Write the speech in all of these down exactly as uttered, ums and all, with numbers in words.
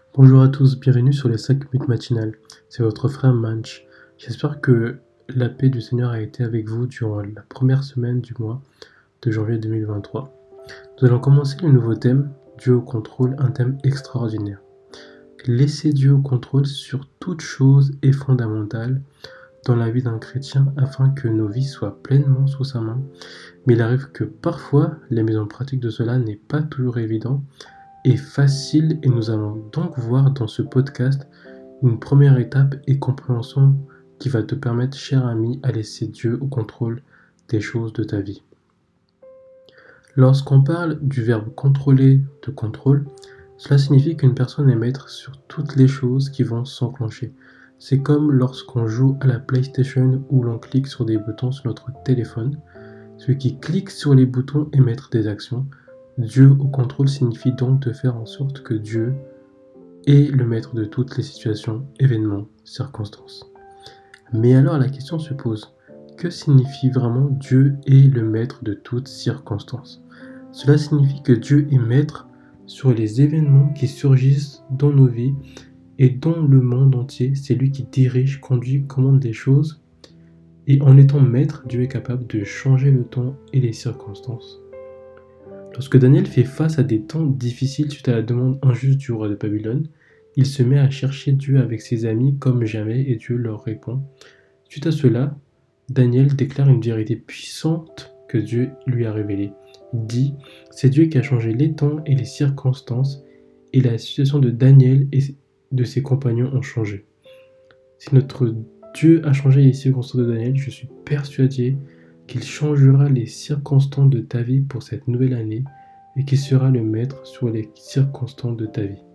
Bonjour à tous, bienvenue sur les cinq minutes matinales. C'est votre frère Manch. J'espère que la paix du Seigneur a été avec vous durant la première semaine du mois de janvier deux mille vingt-trois. Nous allons commencer le nouveau thème, Dieu au contrôle, un thème extraordinaire. Laisser Dieu au contrôle sur toute chose est fondamental dans la vie d'un chrétien afin que nos vies soient pleinement sous sa main. Mais il arrive que parfois, la mise en pratique de cela n'est pas toujours évident et facile, et nous allons donc voir dans ce podcast une première étape et compréhension qui va te permettre, cher ami, à laisser Dieu au contrôle des choses de ta vie. Lorsqu'on parle du verbe contrôler, de contrôle, cela signifie qu'une personne est maître sur toutes les choses qui vont s'enclencher. C'est comme lorsqu'on joue à la PlayStation où l'on clique sur des boutons sur notre téléphone. Celui qui clique sur les boutons est maître des actions. Dieu au contrôle signifie donc de faire en sorte que Dieu est le maître de toutes les situations, événements, circonstances. Mais alors la question se pose, que signifie vraiment Dieu est le maître de toutes circonstances? Cela signifie que Dieu est maître sur les événements qui surgissent dans nos vies et dans le monde entier. C'est lui qui dirige, conduit, commande les choses. Et en étant maître, Dieu est capable de changer le temps et les circonstances. Lorsque Daniel fait face à des temps difficiles suite à la demande injuste du roi de Babylone, il se met à chercher Dieu avec ses amis comme jamais et Dieu leur répond. Suite à cela, Daniel déclare une vérité puissante que Dieu lui a révélée. Il dit, c'est Dieu qui a changé les temps et les circonstances et la situation de Daniel et de ses compagnons ont changé. Si notre Dieu a changé les circonstances de Daniel, je suis persuadé qu'il changera les circonstances de ta vie pour cette nouvelle année et qu'il sera le maître sur les circonstances de ta vie.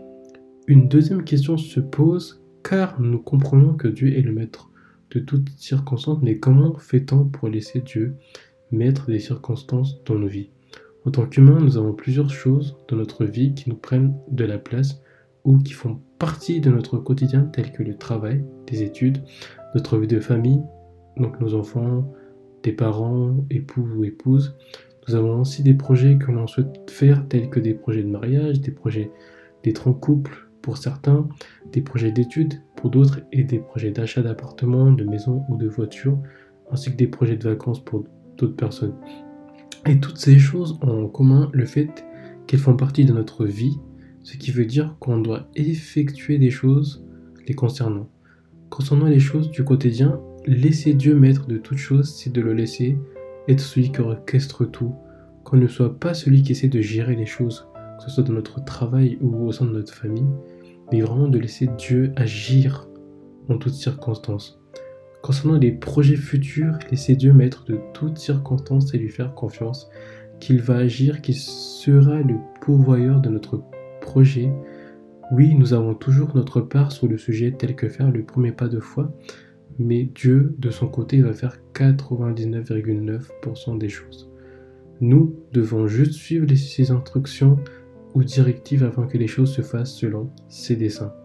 Une deuxième question se pose car nous comprenons que Dieu est le maître de toutes circonstances, mais comment fait-on pour laisser Dieu maître des circonstances dans nos vies? En tant qu'humains, nous avons plusieurs choses dans notre vie qui nous prennent de la place ou qui font partie de notre quotidien, tels que le travail, les études, notre vie de famille, donc nos enfants, des parents, époux ou épouses. Nous avons aussi des projets que l'on souhaite faire, tels que des projets de mariage, des projets d'être en couple pour certains, des projets d'études pour d'autres et des projets d'achat d'appartements, de maisons ou de voitures, ainsi que des projets de vacances pour d'autres personnes. Et toutes ces choses ont en commun le fait qu'elles font partie de notre vie, ce qui veut dire qu'on doit effectuer des choses les concernant. Concernant les choses du quotidien, laisser Dieu maître de toutes choses, c'est de le laisser être celui qui orchestre tout, qu'on ne soit pas celui qui essaie de gérer les choses, que ce soit dans notre travail ou au sein de notre famille, mais vraiment de laisser Dieu agir en toutes circonstances. Concernant les projets futurs, laisser Dieu maître de toutes circonstances et lui faire confiance, qu'il va agir, qu'il sera le pourvoyeur de notre projet. Oui, nous avons toujours notre part sur le sujet tel que faire le premier pas de foi, mais Dieu, de son côté, va faire quatre-vingt-dix-neuf virgule neuf pour cent des choses. Nous devons juste suivre les, ses instructions ou directives afin que les choses se fassent selon ses desseins.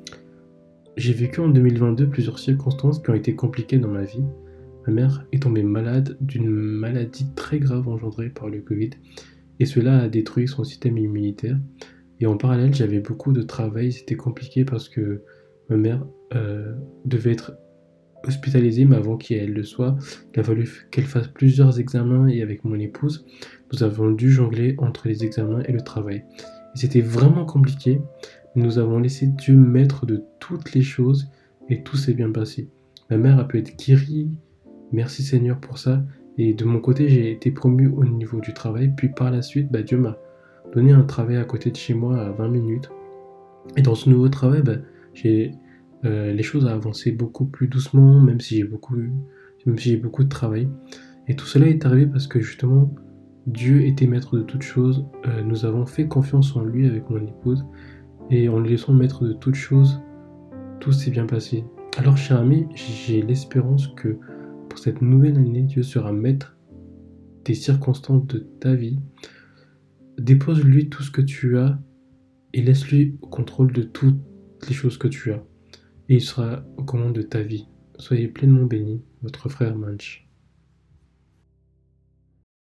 J'ai vécu en deux mille vingt-deux plusieurs circonstances qui ont été compliquées dans ma vie. Ma mère est tombée malade d'une maladie très grave engendrée par le Covid et cela a détruit son système immunitaire. Et en parallèle, j'avais beaucoup de travail, c'était compliqué parce que ma mère euh, devait être hospitalisée, mais avant qu'elle le soit, il a fallu qu'elle fasse plusieurs examens et avec mon épouse, nous avons dû jongler entre les examens et le travail. Et c'était vraiment compliqué, mais nous avons laissé Dieu maître de toutes les choses et tout s'est bien passé. Ma mère a pu être guérie, merci Seigneur pour ça, et de mon côté, j'ai été promu au niveau du travail, puis par la suite, bah, Dieu m'a donné un travail à côté de chez moi à vingt minutes. Et dans ce nouveau travail, bah, j'ai Euh, les choses ont avancé beaucoup plus doucement, même si j'ai beaucoup, même si j'ai beaucoup de travail. Et tout cela est arrivé parce que justement, Dieu était maître de toutes choses. Euh, nous avons fait confiance en lui avec mon épouse. Et en le laissant maître de toutes choses, tout s'est bien passé. Alors, cher ami, j'ai l'espérance que pour cette nouvelle année, Dieu sera maître des circonstances de ta vie. Dépose-lui tout ce que tu as et laisse-lui au contrôle de toutes les choses que tu as. Et il sera aux commandes de ta vie. Soyez pleinement bénis, votre frère Manch.